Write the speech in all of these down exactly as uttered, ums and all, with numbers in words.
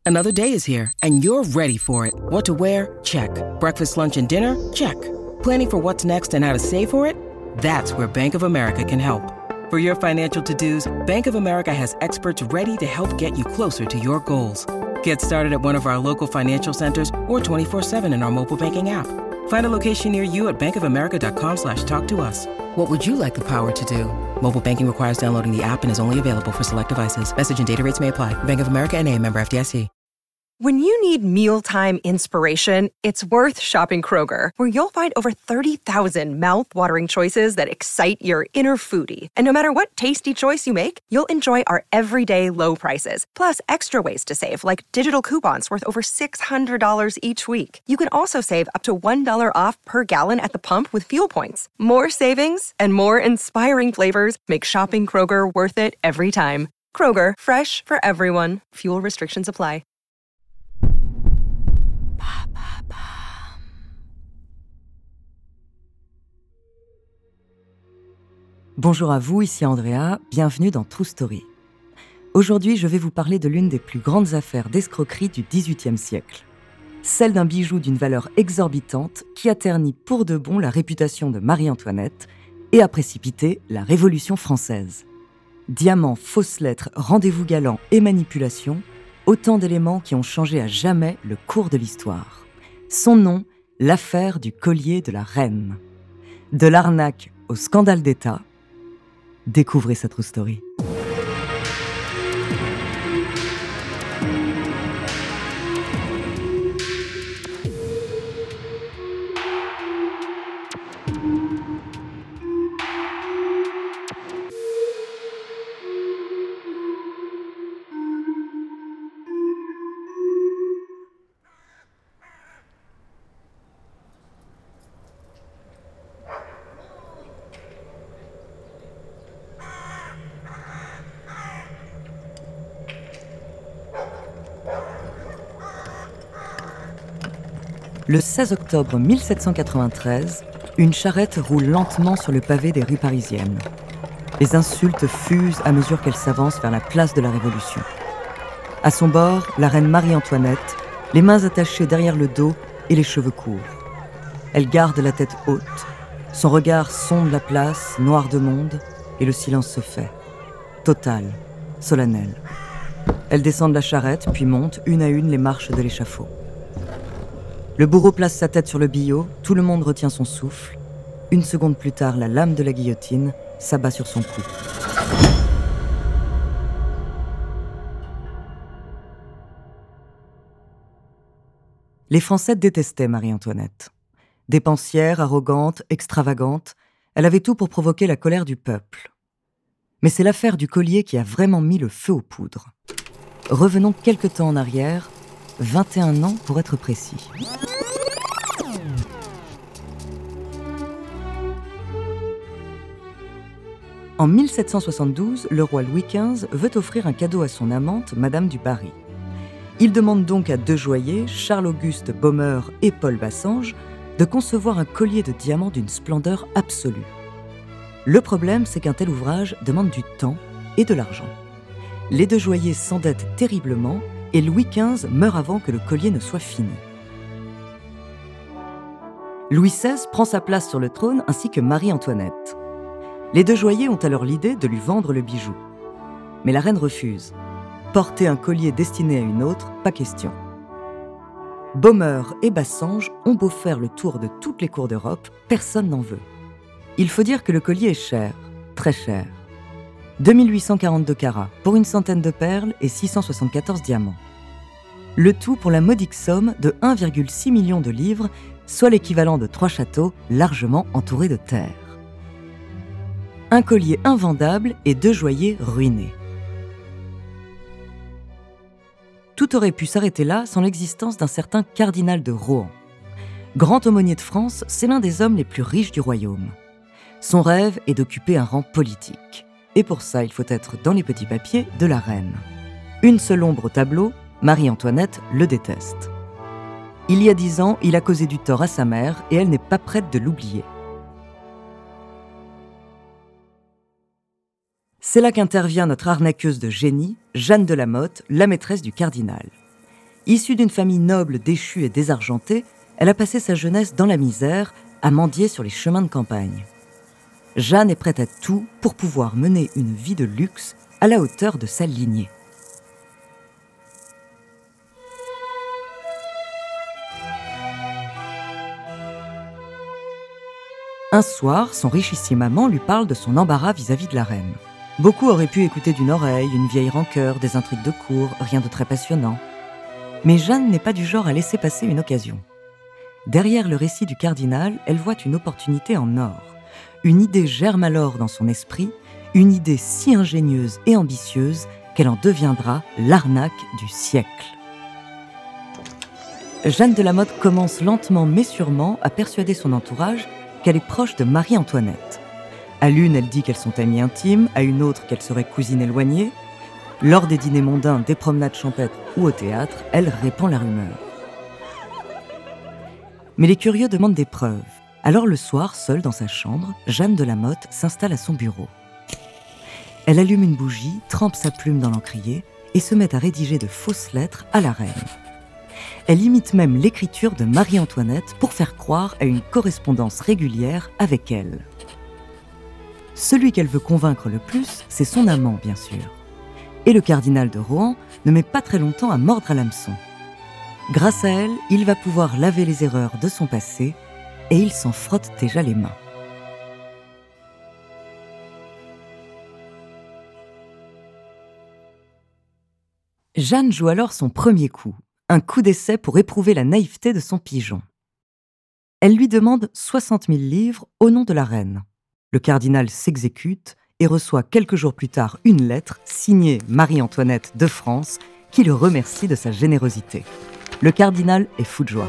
Another day is here, and you're ready for it. What to wear? Check. Breakfast, lunch, and dinner? Check. Planning for what's next and how to save for it? That's where Bank of America can help. For your financial to-dos, Bank of America has experts ready to help get you closer to your goals. Get started at one of our local financial centers or twenty-four seven in our mobile banking app. Find a location near you at bankofamerica.com slash talk to us. What would you like the power to do? Mobile banking requires downloading the app and is only available for select devices. Message and data rates may apply. Bank of America N A, member F D I C. When you need mealtime inspiration, it's worth shopping Kroger, where you'll find over thirty thousand mouth-watering choices that excite your inner foodie. And no matter what tasty choice you make, you'll enjoy our everyday low prices, plus extra ways to save, like digital coupons worth over six hundred dollars each week. You can also save up to one dollar off per gallon at the pump with fuel points. More savings and more inspiring flavors make shopping Kroger worth it every time. Kroger, fresh for everyone. Fuel restrictions apply. Bonjour à vous, ici Andrea, bienvenue dans True Story. Aujourd'hui, je vais vous parler de l'une des plus grandes affaires d'escroquerie du dix-huitième siècle. Celle d'un bijou d'une valeur exorbitante qui a terni pour de bon la réputation de Marie-Antoinette et a précipité la Révolution française. Diamants, fausses lettres, rendez-vous galants et manipulation, autant d'éléments qui ont changé à jamais le cours de l'histoire. Son nom, l'affaire du collier de la reine. De l'arnaque au scandale d'État, découvrez sa True Story. Le seize octobre mille sept cent quatre-vingt-treize, une charrette roule lentement sur le pavé des rues parisiennes. Les insultes fusent à mesure qu'elle s'avance vers la place de la Révolution. À son bord, la reine Marie-Antoinette, les mains attachées derrière le dos et les cheveux courts. Elle garde la tête haute, son regard sonde la place, noire de monde, et le silence se fait. Total, solennel. Elle descend de la charrette, puis monte une à une les marches de l'échafaud. Le bourreau place sa tête sur le billot, tout le monde retient son souffle. Une seconde plus tard, la lame de la guillotine s'abat sur son cou. Les Français détestaient Marie-Antoinette. Dépensière, arrogante, extravagante, elle avait tout pour provoquer la colère du peuple. Mais c'est l'affaire du collier qui a vraiment mis le feu aux poudres. Revenons quelque temps en arrière, vingt et un ans pour être précis. En mille sept cent soixante-douze, le roi Louis quinze veut offrir un cadeau à son amante, Madame du Barry. Il demande donc à deux joailliers, Charles-Auguste Baumer et Paul Bassange, de concevoir un collier de diamants d'une splendeur absolue. Le problème, c'est qu'un tel ouvrage demande du temps et de l'argent. Les deux joailliers s'endettent terriblement et Louis quinze meurt avant que le collier ne soit fini. Louis seize prend sa place sur le trône ainsi que Marie-Antoinette. Les deux joailliers ont alors l'idée de lui vendre le bijou. Mais la reine refuse. Porter un collier destiné à une autre, pas question. Baumer et Bassange ont beau faire le tour de toutes les cours d'Europe, personne n'en veut. Il faut dire que le collier est cher, très cher. deux mille huit cent quarante-deux carats pour une centaine de perles et six cent soixante-quatorze diamants. Le tout pour la modique somme de un virgule six million de livres, soit l'équivalent de trois châteaux largement entourés de terre. Un collier invendable et deux joailliers ruinés. Tout aurait pu s'arrêter là sans l'existence d'un certain cardinal de Rohan. Grand aumônier de France, c'est l'un des hommes les plus riches du royaume. Son rêve est d'occuper un rang politique. Et pour ça, il faut être dans les petits papiers de la reine. Une seule ombre au tableau, Marie-Antoinette le déteste. Il y a dix ans, il a causé du tort à sa mère et elle n'est pas prête de l'oublier. C'est là qu'intervient notre arnaqueuse de génie, Jeanne de La Motte, la maîtresse du cardinal. Issue d'une famille noble, déchue et désargentée, elle a passé sa jeunesse dans la misère, à mendier sur les chemins de campagne. Jeanne est prête à tout pour pouvoir mener une vie de luxe à la hauteur de sa lignée. Un soir, son richissime amant lui parle de son embarras vis-à-vis de la reine. Beaucoup auraient pu écouter d'une oreille, une vieille rancœur, des intrigues de cour, rien de très passionnant. Mais Jeanne n'est pas du genre à laisser passer une occasion. Derrière le récit du cardinal, elle voit une opportunité en or. Une idée germe alors dans son esprit, une idée si ingénieuse et ambitieuse qu'elle en deviendra l'arnaque du siècle. Jeanne de La Motte commence lentement mais sûrement à persuader son entourage qu'elle est proche de Marie-Antoinette. À l'une, elle dit qu'elles sont amies intimes, à une autre qu'elles seraient cousines éloignées. Lors des dîners mondains, des promenades champêtres ou au théâtre, elle répand la rumeur. Mais les curieux demandent des preuves. Alors le soir, seule dans sa chambre, Jeanne de La Motte s'installe à son bureau. Elle allume une bougie, trempe sa plume dans l'encrier et se met à rédiger de fausses lettres à la reine. Elle imite même l'écriture de Marie-Antoinette pour faire croire à une correspondance régulière avec elle. Celui qu'elle veut convaincre le plus, c'est son amant, bien sûr. Et le cardinal de Rohan ne met pas très longtemps à mordre à l'hameçon. Grâce à elle, il va pouvoir laver les erreurs de son passé et il s'en frotte déjà les mains. Jeanne joue alors son premier coup, un coup d'essai pour éprouver la naïveté de son pigeon. Elle lui demande soixante mille livres au nom de la reine. Le cardinal s'exécute et reçoit quelques jours plus tard une lettre signée Marie-Antoinette de France qui le remercie de sa générosité. Le cardinal est fou de joie.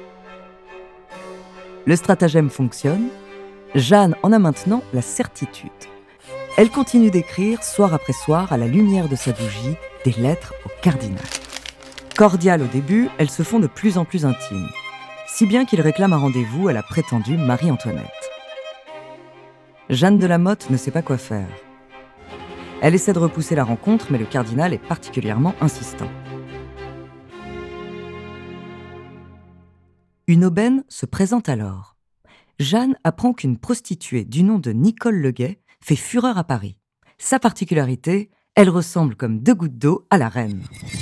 Le stratagème fonctionne. Jeanne en a maintenant la certitude. Elle continue d'écrire soir après soir à la lumière de sa bougie des lettres au cardinal. Cordiales au début, elles se font de plus en plus intimes, si bien qu'il réclame un rendez-vous à la prétendue Marie-Antoinette. Jeanne de La Motte ne sait pas quoi faire. Elle essaie de repousser la rencontre, mais le cardinal est particulièrement insistant. Une aubaine se présente alors. Jeanne apprend qu'une prostituée du nom de Nicole Leguet fait fureur à Paris. Sa particularité, elle ressemble comme deux gouttes d'eau à la reine.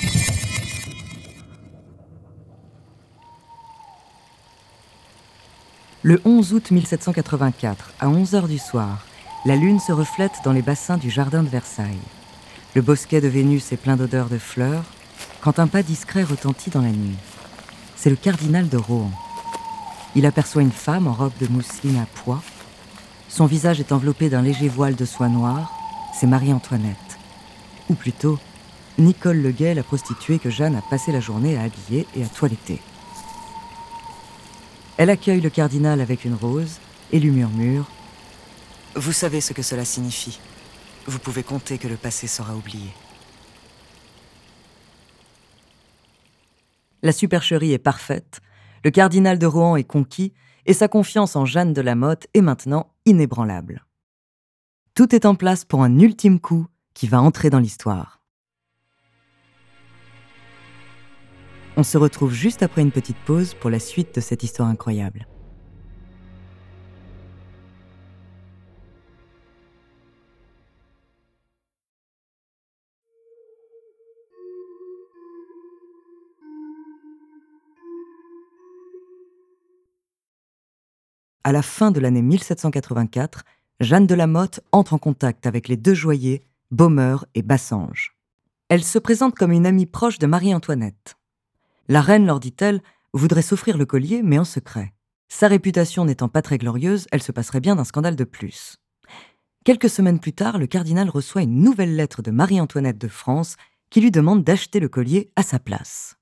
Le onze août mille sept cent quatre-vingt-quatre, à onze heures du soir, la lune se reflète dans les bassins du jardin de Versailles. Le bosquet de Vénus est plein d'odeurs de fleurs, quand un pas discret retentit dans la nuit. C'est le cardinal de Rohan. Il aperçoit une femme en robe de mousseline à pois. Son visage est enveloppé d'un léger voile de soie noire. C'est Marie-Antoinette. Ou plutôt, Nicole Leguet, la prostituée que Jeanne a passé la journée à habiller et à toiletter. Elle accueille le cardinal avec une rose et lui murmure « Vous savez ce que cela signifie. Vous pouvez compter que le passé sera oublié. » La supercherie est parfaite, le cardinal de Rohan est conquis et sa confiance en Jeanne de La Motte est maintenant inébranlable. Tout est en place pour un ultime coup qui va entrer dans l'histoire. On se retrouve juste après une petite pause pour la suite de cette histoire incroyable. À la fin de l'année mille sept cent quatre-vingt-quatre, Jeanne de La Motte entre en contact avec les deux joailliers, Baumeur et Bassange. Elle se présente comme une amie proche de Marie-Antoinette. La reine, leur dit-elle, voudrait s'offrir le collier, mais en secret. Sa réputation n'étant pas très glorieuse, elle se passerait bien d'un scandale de plus. Quelques semaines plus tard, le cardinal reçoit une nouvelle lettre de Marie-Antoinette de France qui lui demande d'acheter le collier à sa place.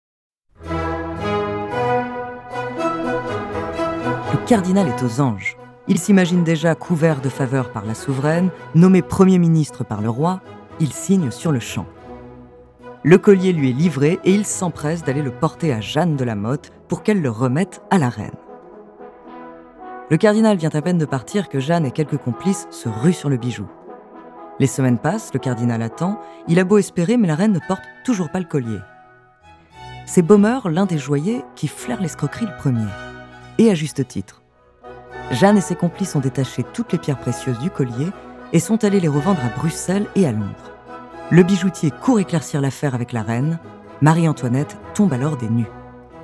Le cardinal est aux anges. Il s'imagine déjà couvert de faveurs par la souveraine, nommé Premier ministre par le roi. Il signe sur le champ. Le collier lui est livré et il s'empresse d'aller le porter à Jeanne de La Motte pour qu'elle le remette à la reine. Le cardinal vient à peine de partir que Jeanne et quelques complices se ruent sur le bijou. Les semaines passent, le cardinal attend, il a beau espérer mais la reine ne porte toujours pas le collier. C'est Baumer, l'un des joailliers, qui flaire l'escroquerie le premier. Et à juste titre. Jeanne et ses complices ont détaché toutes les pierres précieuses du collier et sont allés les revendre à Bruxelles et à Londres. Le bijoutier court éclaircir l'affaire avec la reine. Marie-Antoinette tombe alors des nues.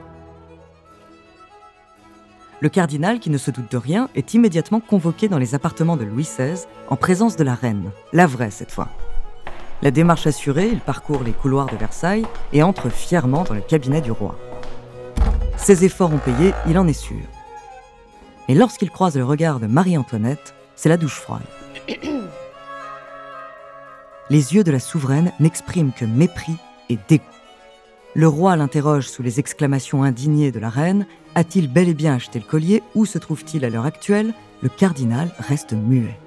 Le cardinal, qui ne se doute de rien, est immédiatement convoqué dans les appartements de Louis seize en présence de la reine, la vraie cette fois. La démarche assurée, il parcourt les couloirs de Versailles et entre fièrement dans le cabinet du roi. Ses efforts ont payé, il en est sûr. Et lorsqu'il croise le regard de Marie-Antoinette, c'est la douche froide. Les yeux de la souveraine n'expriment que mépris et dégoût. Le roi l'interroge sous les exclamations indignées de la reine. A-t-il bel et bien acheté le collier? Où se trouve-t-il à l'heure actuelle? Le cardinal reste muet.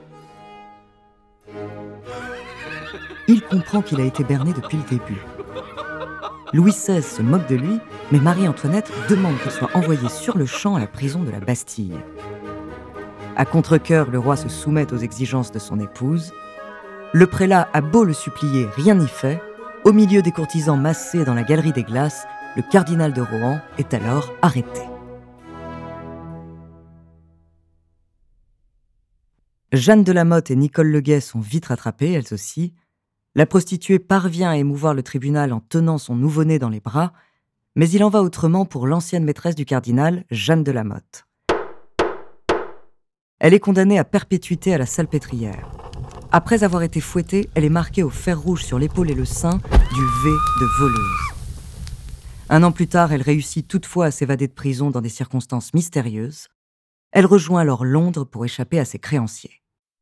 Il comprend qu'il a été berné depuis le début. Louis seize se moque de lui, mais Marie-Antoinette demande qu'il soit envoyé sur le champ à la prison de la Bastille. À contre-cœur, le roi se soumet aux exigences de son épouse. Le prélat a beau le supplier, rien n'y fait. Au milieu des courtisans massés dans la galerie des glaces, le cardinal de Rohan est alors arrêté. Jeanne de Lamotte et Nicole Leguet sont vite rattrapées, elles aussi. La prostituée parvient à émouvoir le tribunal en tenant son nouveau-né dans les bras, mais il en va autrement pour l'ancienne maîtresse du cardinal, Jeanne de Lamotte. Elle est condamnée à perpétuité à la salpêtrière. Après avoir été fouettée, elle est marquée au fer rouge sur l'épaule et le sein du V de voleuse. Un an plus tard, elle réussit toutefois à s'évader de prison dans des circonstances mystérieuses. Elle rejoint alors Londres pour échapper à ses créanciers.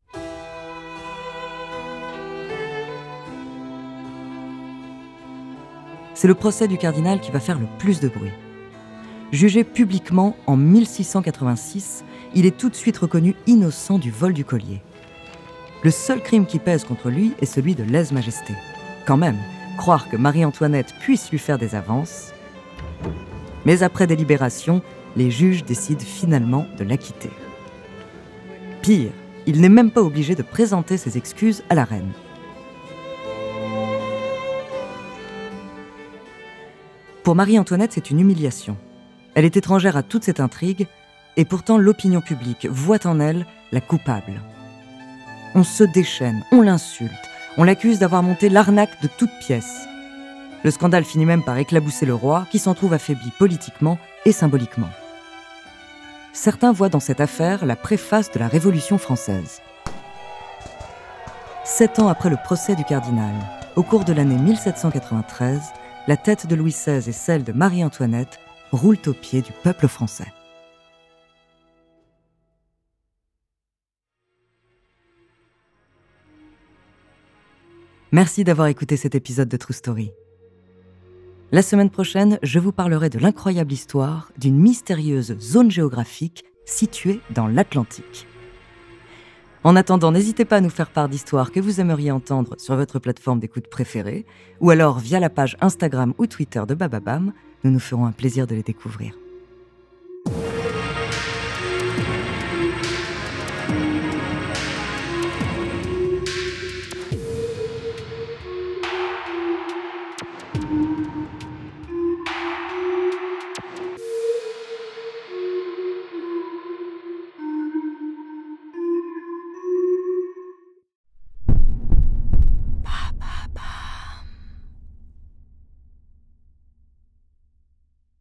C'est le procès du cardinal qui va faire le plus de bruit. Jugé publiquement en mille six cent quatre-vingt-six, il est tout de suite reconnu innocent du vol du collier. Le seul crime qui pèse contre lui est celui de lèse-majesté. Quand même, croire que Marie-Antoinette puisse lui faire des avances. Mais après délibération, les juges décident finalement de l'acquitter. Pire, il n'est même pas obligé de présenter ses excuses à la reine. Pour Marie-Antoinette, c'est une humiliation. Elle est étrangère à toute cette intrigue, et pourtant l'opinion publique voit en elle la coupable. On se déchaîne, on l'insulte, on l'accuse d'avoir monté l'arnaque de toutes pièces. Le scandale finit même par éclabousser le roi, qui s'en trouve affaibli politiquement et symboliquement. Certains voient dans cette affaire la préface de la Révolution française. Sept ans après le procès du cardinal, au cours de l'année mille sept cent quatre-vingt-treize, la tête de Louis seize et celle de Marie-Antoinette roulent aux pieds du peuple français. Merci d'avoir écouté cet épisode de True Story. La semaine prochaine, je vous parlerai de l'incroyable histoire d'une mystérieuse zone géographique située dans l'Atlantique. En attendant, n'hésitez pas à nous faire part d'histoires que vous aimeriez entendre sur votre plateforme d'écoute préférée, ou alors via la page Instagram ou Twitter de Bababam, nous nous ferons un plaisir de les découvrir.